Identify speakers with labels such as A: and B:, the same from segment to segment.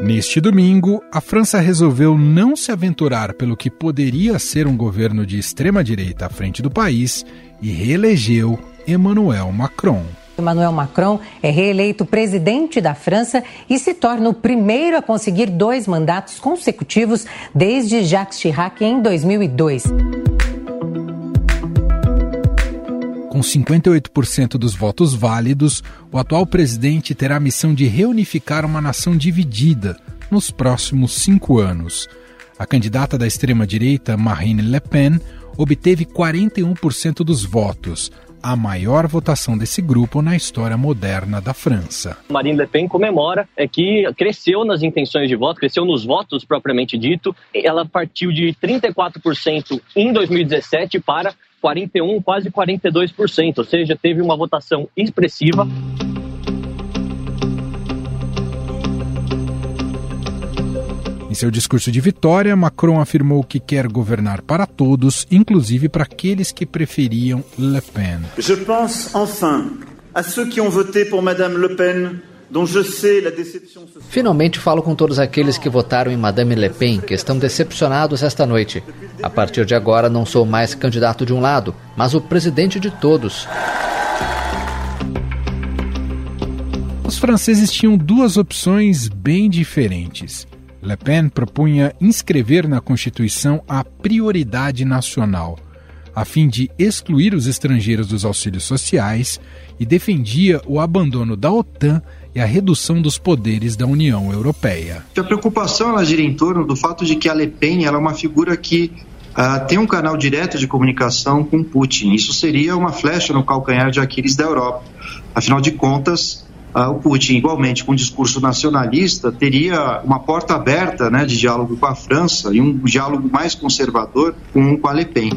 A: Neste domingo, a França resolveu não se aventurar pelo que poderia ser um governo de extrema-direita à frente do país e reelegeu Emmanuel Macron.
B: Emmanuel Macron é reeleito presidente da França e se torna o primeiro a conseguir 2 mandatos consecutivos desde Jacques Chirac em 2002.
A: Com 58% dos votos válidos, o atual presidente terá a missão de reunificar uma nação dividida nos próximos 5 anos. A candidata da extrema-direita, Marine Le Pen, obteve 41% dos votos, a maior votação desse grupo na história moderna da França.
C: Marine Le Pen comemora que cresceu nas intenções de voto, cresceu nos votos propriamente dito. Ela partiu de 34% em 2017 para 41%, quase 42%, ou seja, teve uma votação expressiva.
A: Em seu discurso de vitória, Macron afirmou que quer governar para todos, inclusive para aqueles que preferiam Le Pen.
D: Je pense enfin à ceux qui ont voté pour Madame Le Pen.
E: Finalmente falo com todos aqueles que votaram em Madame Le Pen, que estão decepcionados esta noite. A partir de agora não sou mais candidato de um lado, mas o presidente de todos.
A: Os franceses tinham 2 opções bem diferentes. Le Pen propunha inscrever na Constituição a prioridade nacional, a fim de excluir os estrangeiros dos auxílios sociais, e defendia o abandono da OTAN e a redução dos poderes da União Europeia.
F: A preocupação ela gira em torno do fato de que a Le Pen ela é uma figura que tem um canal direto de comunicação com Putin. Isso seria uma flecha no calcanhar de Aquiles da Europa. Afinal de contas, o Putin, igualmente com um discurso nacionalista, teria uma porta aberta, de diálogo com a França e um diálogo mais conservador com a Le Pen.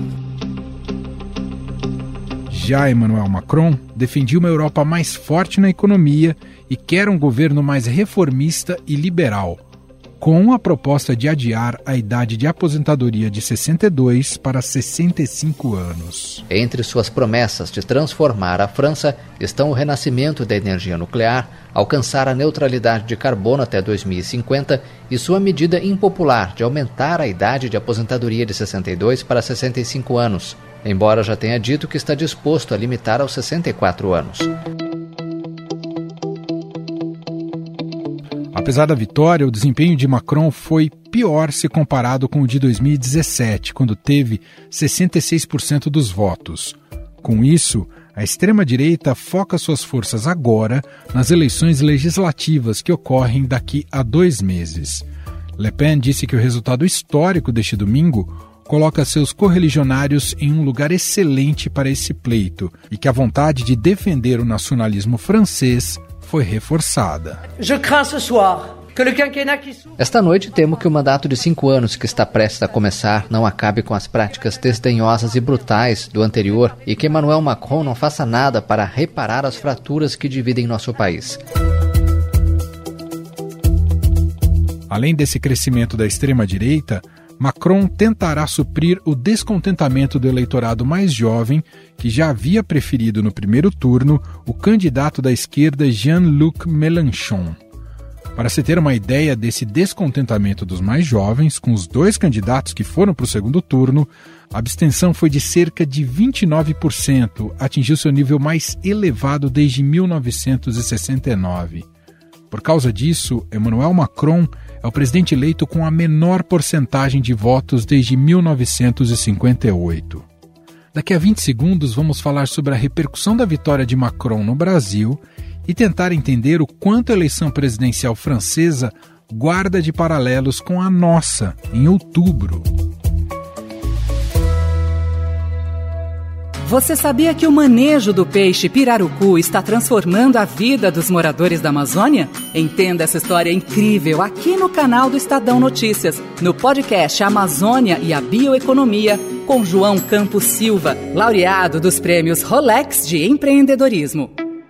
A: Já Emmanuel Macron defendia uma Europa mais forte na economia e quer um governo mais reformista e liberal, com a proposta de adiar a idade de aposentadoria de 62 para 65 anos.
E: Entre suas promessas de transformar a França estão o renascimento da energia nuclear, alcançar a neutralidade de carbono até 2050 e sua medida impopular de aumentar a idade de aposentadoria de 62 para 65 anos, embora já tenha dito que está disposto a limitar aos 64 anos.
A: Apesar da vitória, o desempenho de Macron foi pior se comparado com o de 2017, quando teve 66% dos votos. Com isso, a extrema-direita foca suas forças agora nas eleições legislativas que ocorrem daqui a 2 meses. Le Pen disse que o resultado histórico deste domingo coloca seus correligionários em um lugar excelente para esse pleito e que a vontade de defender o nacionalismo francês foi reforçada.
E: Esta noite temo que o mandato de 5 anos que está prestes a começar não acabe com as práticas desdenhosas e brutais do anterior e que Emmanuel Macron não faça nada para reparar as fraturas que dividem nosso país.
A: Além desse crescimento da extrema-direita, Macron tentará suprir o descontentamento do eleitorado mais jovem, que já havia preferido no primeiro turno o candidato da esquerda Jean-Luc Mélenchon. Para se ter uma ideia desse descontentamento dos mais jovens, com os 2 candidatos que foram para o segundo turno, a abstenção foi de cerca de 29%, atingiu seu nível mais elevado desde 1969. Por causa disso, Emmanuel Macron é o presidente eleito com a menor porcentagem de votos desde 1958. Daqui a 20 segundos vamos falar sobre a repercussão da vitória de Macron no Brasil e tentar entender o quanto a eleição presidencial francesa guarda de paralelos com a nossa, em outubro.
G: Você sabia que o manejo do peixe pirarucu está transformando a vida dos moradores da Amazônia? Entenda essa história incrível aqui no canal do Estadão Notícias, no podcast Amazônia e a Bioeconomia, com João Campos Silva, laureado dos prêmios Rolex de empreendedorismo.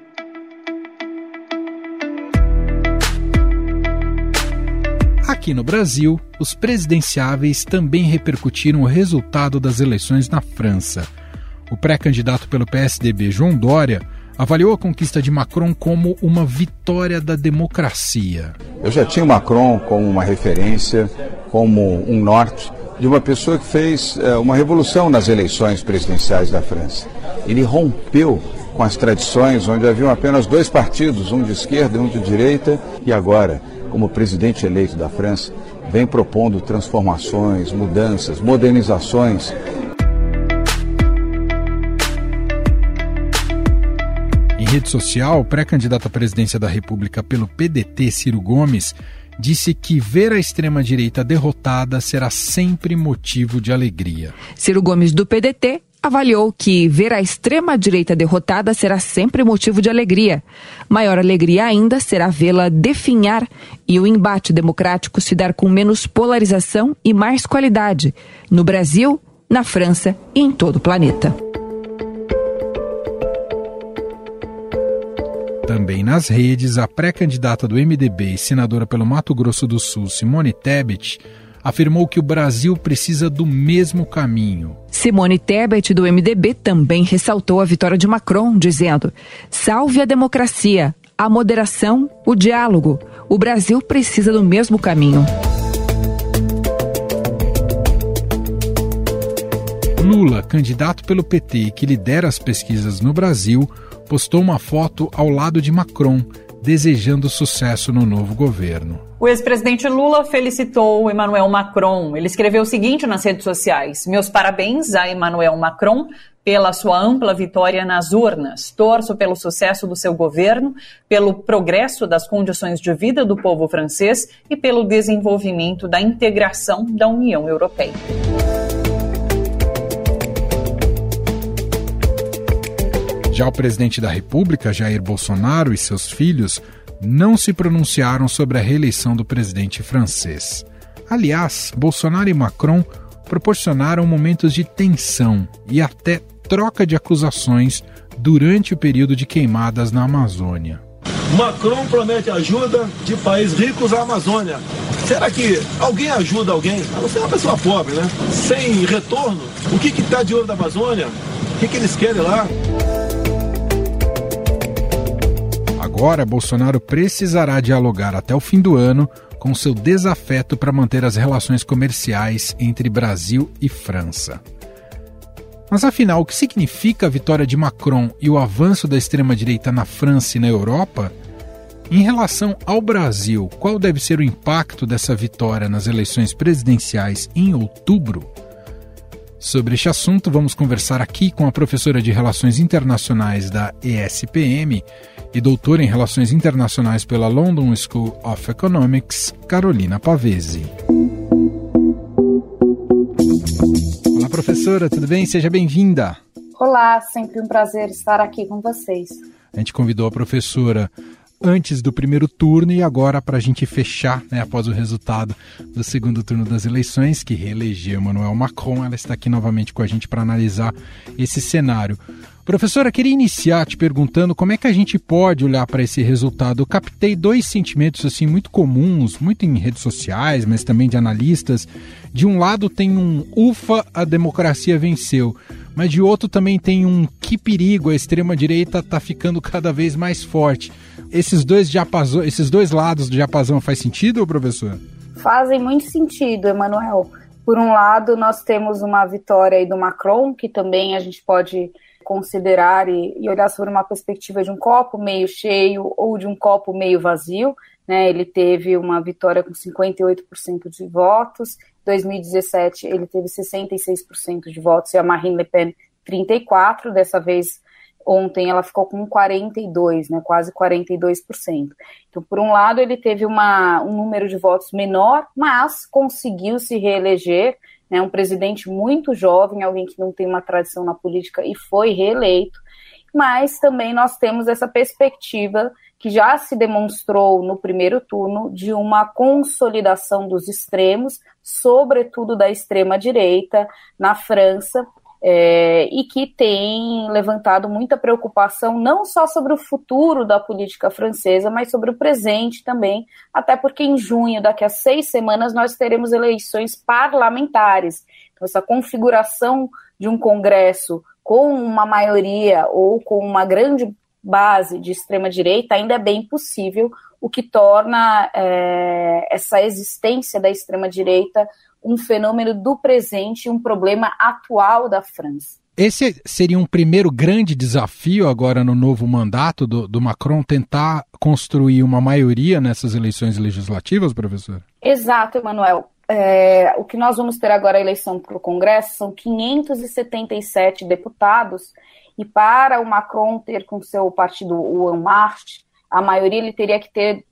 A: Aqui no Brasil, os presidenciáveis também repercutiram o resultado das eleições na França. O pré-candidato pelo PSDB, João Dória, avaliou a conquista de Macron como uma vitória da democracia.
H: Eu já tinha o Macron como uma referência, como um norte de uma pessoa que fez uma revolução nas eleições presidenciais da França. Ele rompeu com as tradições onde haviam apenas dois partidos, um de esquerda e um de direita, e agora, como presidente eleito da França, vem propondo transformações, mudanças, modernizações.
A: Em rede social, o pré-candidato à presidência da República pelo PDT, Ciro Gomes, disse que ver a extrema-direita derrotada será sempre motivo de alegria.
I: Ciro Gomes, do PDT, avaliou que ver a extrema-direita derrotada será sempre motivo de alegria. Maior alegria ainda será vê-la definhar e o embate democrático se dar com menos polarização e mais qualidade, no Brasil, na França e em todo o planeta.
A: Também nas redes, a pré-candidata do MDB e senadora pelo Mato Grosso do Sul, Simone Tebet, afirmou que o Brasil precisa do mesmo caminho.
I: Simone Tebet, do MDB, também ressaltou a vitória de Macron, dizendo: salve a democracia, a moderação, o diálogo. O Brasil precisa do mesmo caminho.
A: Lula, candidato pelo PT que lidera as pesquisas no Brasil, postou uma foto ao lado de Macron, desejando sucesso no novo governo.
J: O ex-presidente Lula felicitou Emmanuel Macron. Ele escreveu o seguinte nas redes sociais: meus parabéns a Emmanuel Macron pela sua ampla vitória nas urnas. Torço pelo sucesso do seu governo, pelo progresso das condições de vida do povo francês e pelo desenvolvimento da integração da União Europeia.
A: Já o presidente da República, Jair Bolsonaro, e seus filhos não se pronunciaram sobre a reeleição do presidente francês. Aliás, Bolsonaro e Macron proporcionaram momentos de tensão e até troca de acusações durante o período de queimadas na Amazônia.
K: Macron promete ajuda de países ricos à Amazônia. Será que alguém ajuda alguém? Você é uma pessoa pobre, né? Sem retorno? O que está de olho da Amazônia? O que eles querem lá?
A: Agora, Bolsonaro precisará dialogar até o fim do ano com seu desafeto para manter as relações comerciais entre Brasil e França. Mas afinal, o que significa a vitória de Macron e o avanço da extrema-direita na França e na Europa? Em relação ao Brasil, qual deve ser o impacto dessa vitória nas eleições presidenciais em outubro? Sobre este assunto, vamos conversar aqui com a professora de Relações Internacionais da ESPM e doutora em Relações Internacionais pela London School of Economics, Carolina Pavese. Olá, professora, tudo bem? Seja bem-vinda.
L: Olá, sempre um prazer estar aqui com vocês.
A: A gente convidou a professora antes do primeiro turno e agora para a gente fechar, após o resultado do segundo turno das eleições, que reelegeu Emmanuel Macron, ela está aqui novamente com a gente para analisar esse cenário. Professora, queria iniciar te perguntando como é que a gente pode olhar para esse resultado. Eu captei dois sentimentos assim, muito comuns, muito em redes sociais, mas também de analistas. De um lado tem um ufa, a democracia venceu, mas de outro também tem um que perigo, a extrema-direita está ficando cada vez mais forte. Esses dois lados do diapasão faz sentido, professor?
L: Fazem muito sentido, Emanuel. Por um lado, nós temos uma vitória aí do Macron, que também a gente pode considerar e olhar sobre uma perspectiva de um copo meio cheio ou de um copo meio vazio, né? Ele teve uma vitória com 58% de votos, em 2017 ele teve 66% de votos e a Marine Le Pen 34%, dessa vez ontem ela ficou com 42%, né? Quase 42%. Então, por um lado, ele teve um número de votos menor, mas conseguiu se reeleger, um presidente muito jovem, alguém que não tem uma tradição na política e foi reeleito, mas também nós temos essa perspectiva que já se demonstrou no primeiro turno de uma consolidação dos extremos, sobretudo da extrema-direita na França, e que tem levantado muita preocupação não só sobre o futuro da política francesa, mas sobre o presente também, até porque em junho, daqui a 6 semanas, nós teremos eleições parlamentares. Então, essa configuração de um Congresso com uma maioria ou com uma grande base de extrema-direita ainda é bem possível, o que torna essa existência da extrema-direita um fenômeno do presente, um problema atual da França.
A: Esse seria um primeiro grande desafio agora no novo mandato do Macron, tentar construir uma maioria nessas eleições legislativas, professor?
L: Exato, Emanuel. O que nós vamos ter agora a eleição para o Congresso são 577 deputados, e para o Macron ter com seu partido, o En Marche, a maioria ele teria que ter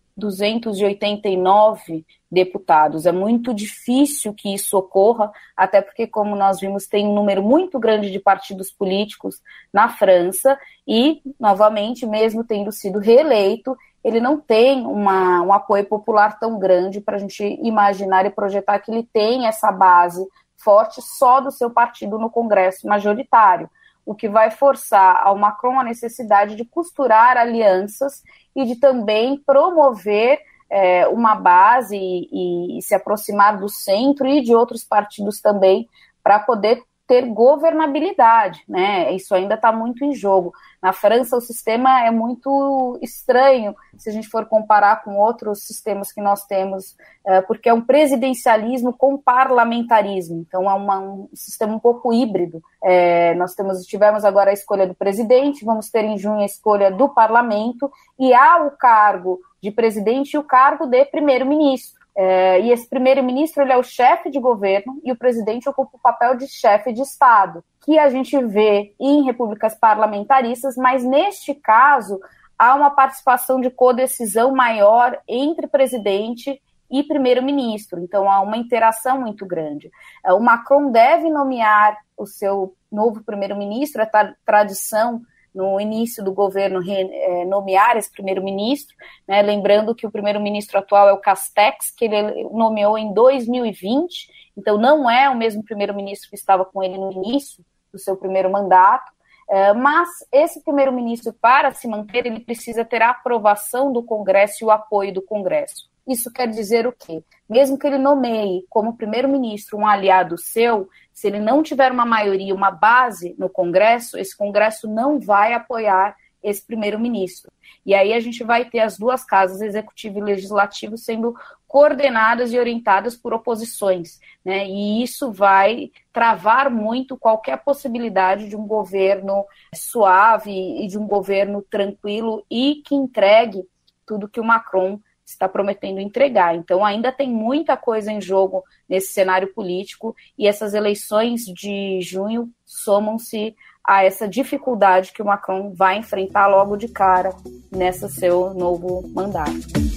L: 289 deputados. É muito difícil que isso ocorra, até porque, como nós vimos, tem um número muito grande de partidos políticos na França e, novamente, mesmo tendo sido reeleito, ele não tem um apoio popular tão grande para a gente imaginar e projetar que ele tem essa base forte só do seu partido no Congresso majoritário, o que vai forçar ao Macron a necessidade de costurar alianças e de também promover uma base e se aproximar do centro e de outros partidos também para poder ter governabilidade, né? Isso ainda está muito em jogo. Na França, o sistema é muito estranho, se a gente for comparar com outros sistemas que nós temos, porque é um presidencialismo com parlamentarismo, então é um sistema um pouco híbrido. Nós tivemos agora a escolha do presidente, vamos ter em junho a escolha do parlamento, e há o cargo de presidente e o cargo de primeiro-ministro. E esse primeiro-ministro ele é o chefe de governo e o presidente ocupa o papel de chefe de Estado, que a gente vê em repúblicas parlamentaristas, mas neste caso há uma participação de codecisão maior entre presidente e primeiro-ministro, então há uma interação muito grande. O Macron deve nomear o seu novo primeiro-ministro, é tradição no início do governo nomear esse primeiro-ministro, né? Lembrando que o primeiro-ministro atual é o Castex, que ele nomeou em 2020, então não é o mesmo primeiro-ministro que estava com ele no início do seu primeiro mandato, mas esse primeiro-ministro, para se manter, ele precisa ter a aprovação do Congresso e o apoio do Congresso. Isso quer dizer o quê? Mesmo que ele nomeie como primeiro-ministro um aliado seu, se ele não tiver uma maioria, uma base no Congresso, esse Congresso não vai apoiar esse primeiro-ministro. E aí a gente vai ter as duas casas, executivo e legislativo, sendo coordenadas e orientadas por oposições, né? E isso vai travar muito qualquer possibilidade de um governo suave e de um governo tranquilo e que entregue tudo que o Macron está prometendo entregar. Então ainda tem muita coisa em jogo nesse cenário político e essas eleições de junho somam-se a essa dificuldade que o Macron vai enfrentar logo de cara nesse seu novo mandato.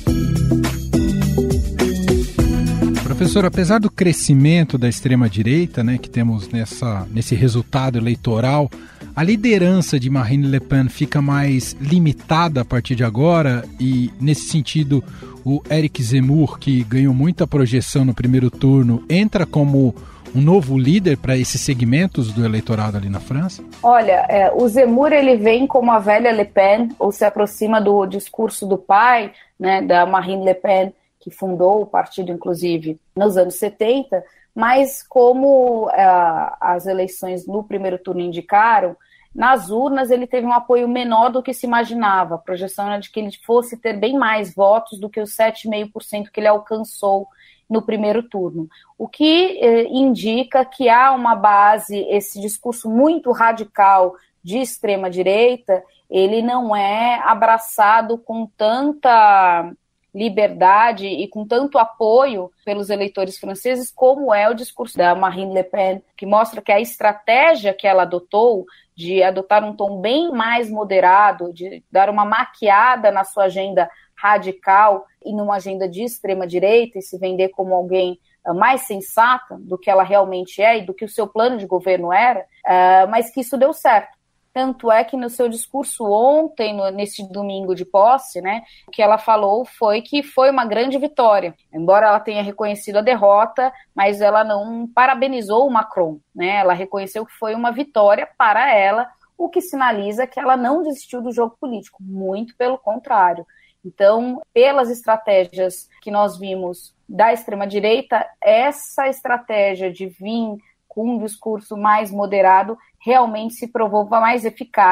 A: Professor, apesar do crescimento da extrema-direita, né, que temos nesse resultado eleitoral, a liderança de Marine Le Pen fica mais limitada a partir de agora e, nesse sentido, o Éric Zemmour, que ganhou muita projeção no primeiro turno, entra como um novo líder para esses segmentos do eleitorado ali na França?
L: Olha, o Zemmour ele vem como a velha Le Pen, ou se aproxima do discurso do pai, né, da Marine Le Pen, que fundou o partido, inclusive, nos anos 70, mas como as eleições no primeiro turno indicaram, nas urnas ele teve um apoio menor do que se imaginava. A projeção era de que ele fosse ter bem mais votos do que os 7,5% que ele alcançou no primeiro turno. O que indica que há uma base, esse discurso muito radical de extrema-direita, ele não é abraçado com tanta liberdade e com tanto apoio pelos eleitores franceses como é o discurso da Marine Le Pen, que mostra que a estratégia que ela adotou de adotar um tom bem mais moderado, de dar uma maquiada na sua agenda radical e numa agenda de extrema-direita e se vender como alguém mais sensata do que ela realmente é e do que o seu plano de governo era, mas que isso deu certo. Tanto é que no seu discurso ontem, nesse domingo de posse, né, o que ela falou foi que foi uma grande vitória. Embora ela tenha reconhecido a derrota, mas ela não parabenizou o Macron, né? Ela reconheceu que foi uma vitória para ela, o que sinaliza que ela não desistiu do jogo político, muito pelo contrário. Então, pelas estratégias que nós vimos da extrema-direita, essa estratégia de vir com um discurso mais moderado realmente se provou mais eficaz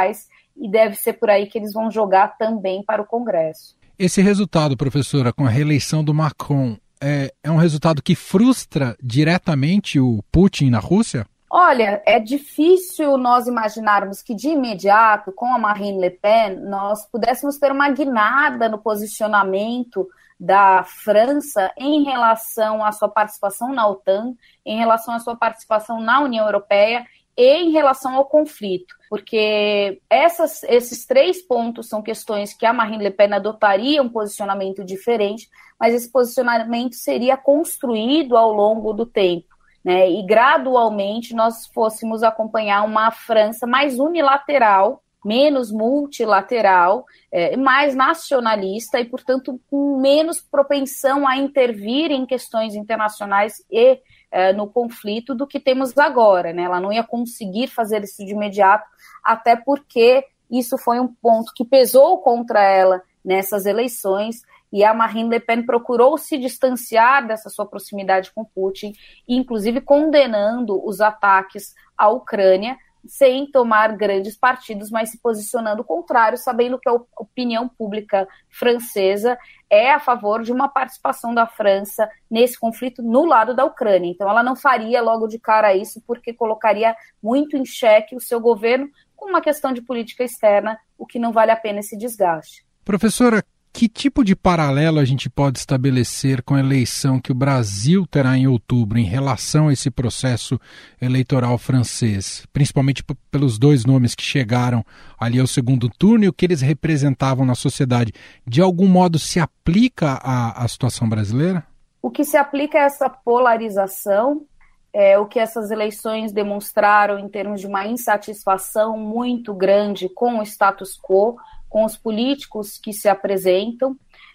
L: e deve ser por aí que eles vão jogar também para o Congresso.
A: Esse resultado, professora, com a reeleição do Macron, é um resultado que frustra diretamente o Putin na Rússia?
L: Olha, é difícil nós imaginarmos que de imediato, com a Marine Le Pen, nós pudéssemos ter uma guinada no posicionamento da França em relação à sua participação na OTAN, em relação à sua participação na União Europeia e em relação ao conflito, porque esses 3 pontos são questões que a Marine Le Pen adotaria um posicionamento diferente, mas esse posicionamento seria construído ao longo do tempo, né? E gradualmente nós fôssemos acompanhar uma França mais unilateral, menos multilateral, mais nacionalista e, portanto, com menos propensão a intervir em questões internacionais e no conflito do que temos agora, né? Ela não ia conseguir fazer isso de imediato, até porque isso foi um ponto que pesou contra ela nessas eleições, e a Marine Le Pen procurou se distanciar dessa sua proximidade com Putin, inclusive condenando os ataques à Ucrânia, sem tomar grandes partidos, mas se posicionando contrário, sabendo que a opinião pública francesa é a favor de uma participação da França nesse conflito no lado da Ucrânia. Então ela não faria logo de cara isso, porque colocaria muito em xeque o seu governo com uma questão de política externa, o que não vale a pena esse desgaste.
A: Professora, que tipo de paralelo a gente pode estabelecer com a eleição que o Brasil terá em outubro em relação a esse processo eleitoral francês, principalmente pelos 2 nomes que chegaram ali ao segundo turno e o que eles representavam na sociedade? De algum modo se aplica à situação brasileira?
L: O que se aplica é essa polarização, o que essas eleições demonstraram em termos de uma insatisfação muito grande com o status quo, com os políticos que se apresentam,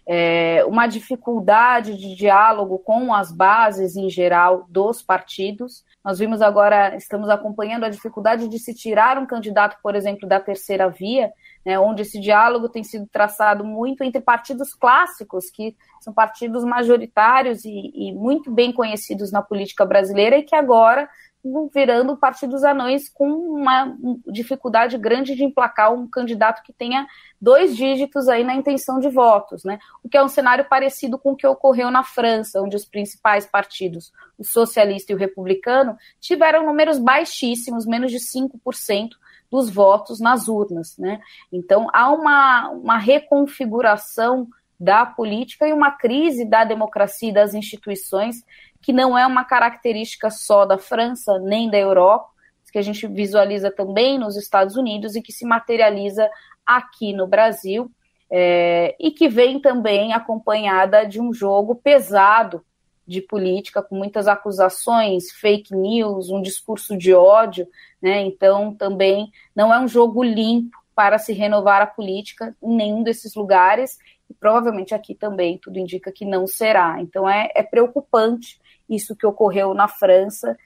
L: uma dificuldade de diálogo com as bases em geral dos partidos. Nós vimos agora, estamos acompanhando a dificuldade de se tirar um candidato, por exemplo, da terceira via, né, onde esse diálogo tem sido traçado muito entre partidos clássicos, que são partidos majoritários e muito bem conhecidos na política brasileira e que agora virando partidos anões com uma dificuldade grande de emplacar um candidato que tenha 2 dígitos aí na intenção de votos, né? O que é um cenário parecido com o que ocorreu na França, onde os principais partidos, o socialista e o republicano, tiveram números baixíssimos, menos de 5% dos votos nas urnas, né? Então há uma reconfiguração da política e uma crise da democracia e das instituições que não é uma característica só da França nem da Europa, que a gente visualiza também nos Estados Unidos e que se materializa aqui no Brasil, e que vem também acompanhada de um jogo pesado de política, com muitas acusações, fake news, um discurso de ódio, né? Então também não é um jogo limpo para se renovar a política em nenhum desses lugares, e provavelmente aqui também tudo indica que não será. Então é preocupante isso que ocorreu na França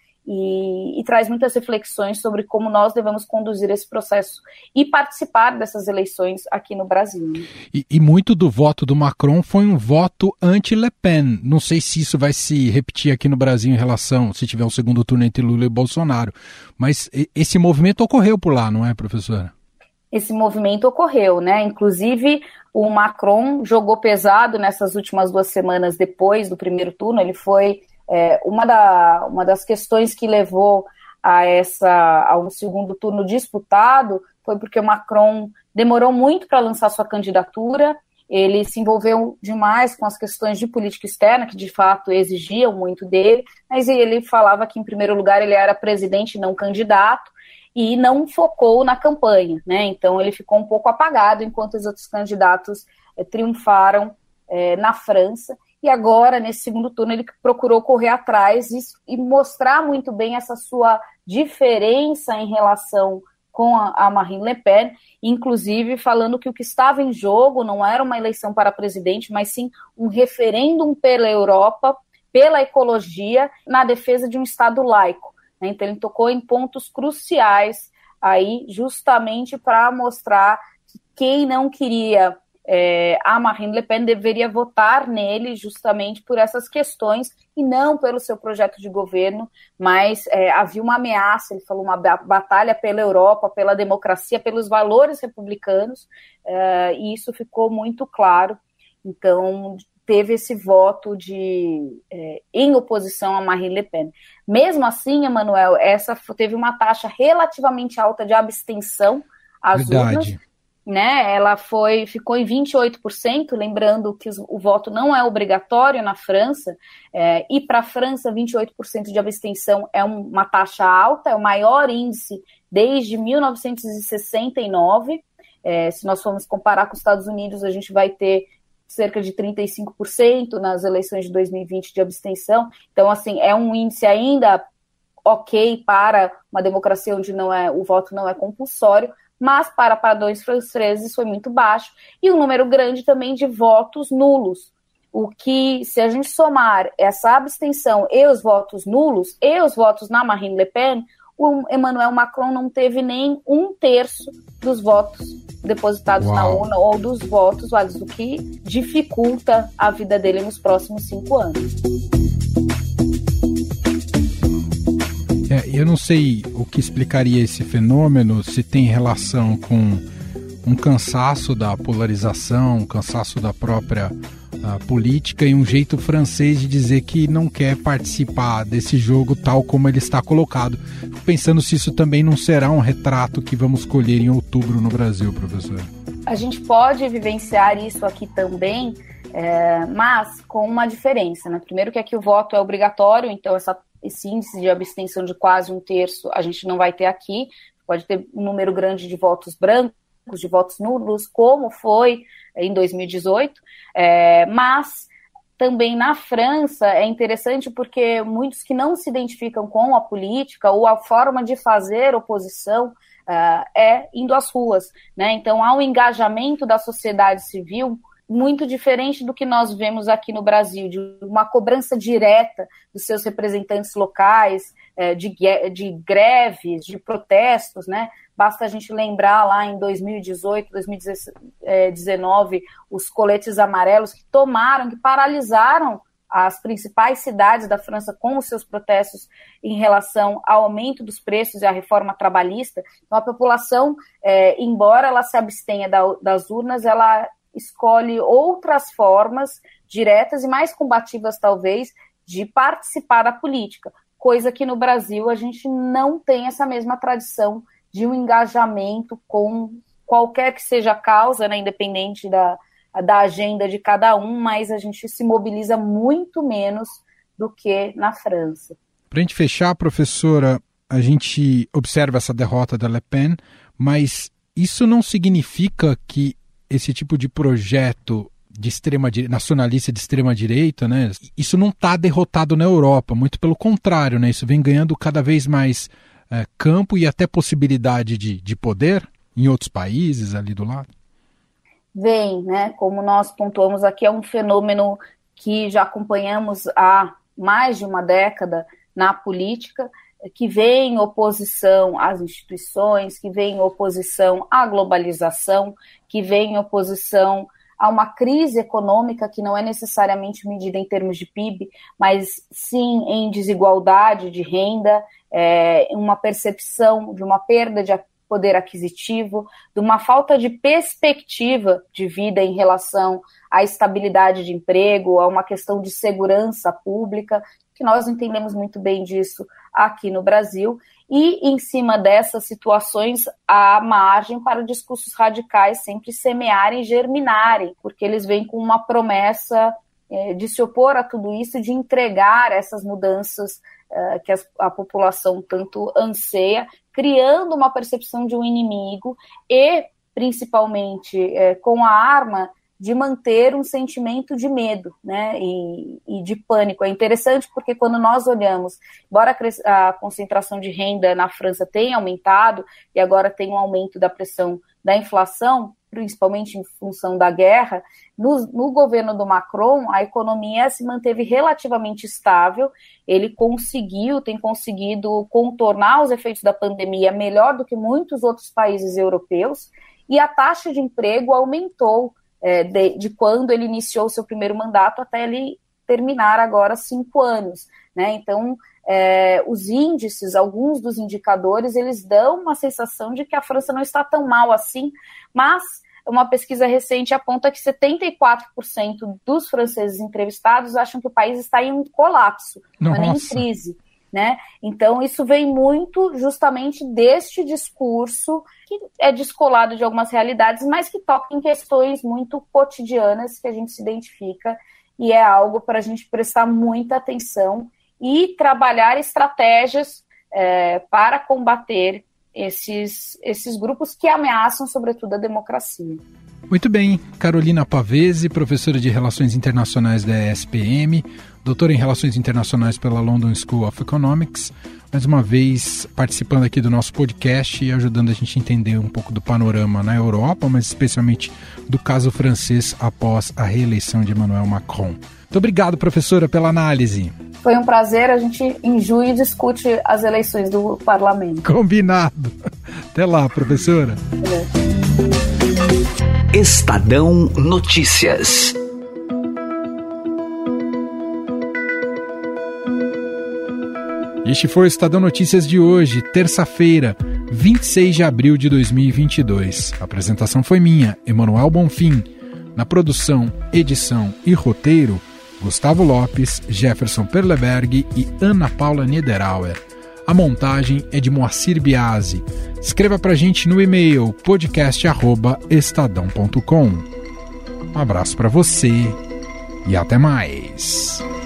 L: e traz muitas reflexões sobre como nós devemos conduzir esse processo e participar dessas eleições aqui no Brasil.
A: E muito do voto do Macron foi um voto anti-Le Pen. Não sei se isso vai se repetir aqui no Brasil em relação, se tiver um segundo turno entre Lula e Bolsonaro, mas esse movimento ocorreu por lá, não é, professora?
L: Esse movimento ocorreu, né? Inclusive, o Macron jogou pesado nessas últimas 2 semanas depois do primeiro turno. Ele foi uma das questões que levou a um segundo turno disputado, foi porque o Macron demorou muito para lançar sua candidatura. Ele se envolveu demais com as questões de política externa, que de fato exigiam muito dele, mas ele falava que, em primeiro lugar, ele era presidente, não candidato, e não focou na campanha, né? Então ele ficou um pouco apagado enquanto os outros candidatos triunfaram na França, e agora, nesse segundo turno, ele procurou correr atrás e mostrar muito bem essa sua diferença em relação com a Marine Le Pen, inclusive falando que o que estava em jogo não era uma eleição para presidente, mas sim um referêndum pela Europa, pela ecologia, na defesa de um Estado laico. Então ele tocou em pontos cruciais aí, justamente para mostrar que quem não queria a Marine Le Pen deveria votar nele justamente por essas questões e não pelo seu projeto de governo, mas havia uma ameaça, ele falou, uma batalha pela Europa, pela democracia, pelos valores republicanos, e isso ficou muito claro. Então, teve esse voto em oposição a Marine Le Pen. Mesmo assim, Emanuel, essa teve uma taxa relativamente alta de abstenção às urnas. Né, ela ficou em 28%, lembrando que o voto não é obrigatório na França, e para a França 28% de abstenção é uma taxa alta, é o maior índice desde 1969. Se nós formos comparar com os Estados Unidos, a gente vai ter cerca de 35% nas eleições de 2020 de abstenção. Então, assim, é um índice ainda ok para uma democracia onde o voto não é compulsório, mas para padrões franceses foi muito baixo, e um número grande também de votos nulos, o que, se a gente somar essa abstenção e os votos nulos, e os votos na Marine Le Pen, o Emmanuel Macron não teve nem 1/3 dos votos depositados na urna, ou dos votos válidos, o que dificulta a vida dele nos próximos 5 anos.
A: Eu não sei o que explicaria esse fenômeno, se tem relação com um cansaço da polarização, um cansaço da própria política e um jeito francês de dizer que não quer participar desse jogo tal como ele está colocado. Fico pensando se isso também não será um retrato que vamos colher em outubro no Brasil, professor.
L: A gente pode vivenciar isso aqui também, mas com uma diferença, né? Primeiro que aqui o voto é obrigatório, então esse índice de abstenção de quase 1/3 a gente não vai ter aqui, pode ter um número grande de votos brancos, de votos nulos, como foi em 2018, mas também na França é interessante porque muitos que não se identificam com a política ou a forma de fazer oposição indo às ruas, né? Então há um engajamento da sociedade civil muito diferente do que nós vemos aqui no Brasil, de uma cobrança direta dos seus representantes locais, de greves, de protestos, né? Basta a gente lembrar lá em 2018, 2019, os coletes amarelos que paralisaram as principais cidades da França com os seus protestos em relação ao aumento dos preços e à reforma trabalhista. Então a população, embora ela se abstenha das urnas, ela escolhe outras formas diretas e mais combativas, talvez, de participar da política, coisa que no Brasil a gente não tem essa mesma tradição de um engajamento com qualquer que seja a causa, né, independente da agenda de cada um, mas a gente se mobiliza muito menos do que na França.
A: Para a gente fechar, professora, a gente observa essa derrota da Le Pen, mas isso não significa que esse tipo de projeto de nacionalista de extrema-direita, né, isso não está derrotado na Europa, muito pelo contrário, né, isso vem ganhando cada vez mais campo e até possibilidade de poder em outros países ali do lado?
L: Vem, né, como nós pontuamos aqui, é um fenômeno que já acompanhamos há mais de uma década na política, que vem em oposição às instituições, que vem em oposição à globalização, que vem em oposição a uma crise econômica que não é necessariamente medida em termos de PIB, mas sim em desigualdade de renda, uma percepção de uma perda de poder aquisitivo, de uma falta de perspectiva de vida em relação à estabilidade de emprego, a uma questão de segurança pública, que nós entendemos muito bem disso aqui no Brasil, e em cima dessas situações há margem para discursos radicais sempre semearem e germinarem, porque eles vêm com uma promessa de se opor a tudo isso, de entregar essas mudanças que a população tanto anseia, criando uma percepção de um inimigo e, principalmente, com a arma de manter um sentimento de medo, né, e de pânico. É interessante porque quando nós olhamos, embora a concentração de renda na França tenha aumentado e agora tem um aumento da pressão da inflação, principalmente em função da guerra, no governo do Macron, a economia se manteve relativamente estável, ele tem conseguido contornar os efeitos da pandemia melhor do que muitos outros países europeus, e a taxa de emprego aumentou de quando ele iniciou o seu primeiro mandato até ele terminar agora 5 anos, né? Então, os índices, alguns dos indicadores, eles dão uma sensação de que a França não está tão mal assim, mas uma pesquisa recente aponta que 74% dos franceses entrevistados acham que o país está em um colapso, não é nem em crise, né? Então, isso vem muito justamente deste discurso que é descolado de algumas realidades, mas que toca em questões muito cotidianas que a gente se identifica, e é algo para a gente prestar muita atenção e trabalhar estratégias para combater esses grupos que ameaçam, sobretudo, a democracia.
A: Muito bem. Carolina Pavese, professora de Relações Internacionais da ESPM, doutora em Relações Internacionais pela London School of Economics, mais uma vez participando aqui do nosso podcast e ajudando a gente a entender um pouco do panorama na Europa, mas especialmente do caso francês após a reeleição de Emmanuel Macron. Muito obrigado, professora, pela análise.
L: Foi um prazer. A gente, em junho, discute as eleições do parlamento.
A: Combinado. Até lá, professora.
M: Estadão Notícias.
A: Este foi o Estadão Notícias de hoje, terça-feira, 26 de abril de 2022. A apresentação foi minha, Emanuel Bonfim. Na produção, edição e roteiro, Gustavo Lopes, Jefferson Perleberg e Ana Paula Niederauer. A montagem é de Moacir Biasi. Escreva pra gente no e-mail podcast@estadão.com. Um abraço pra você e até mais.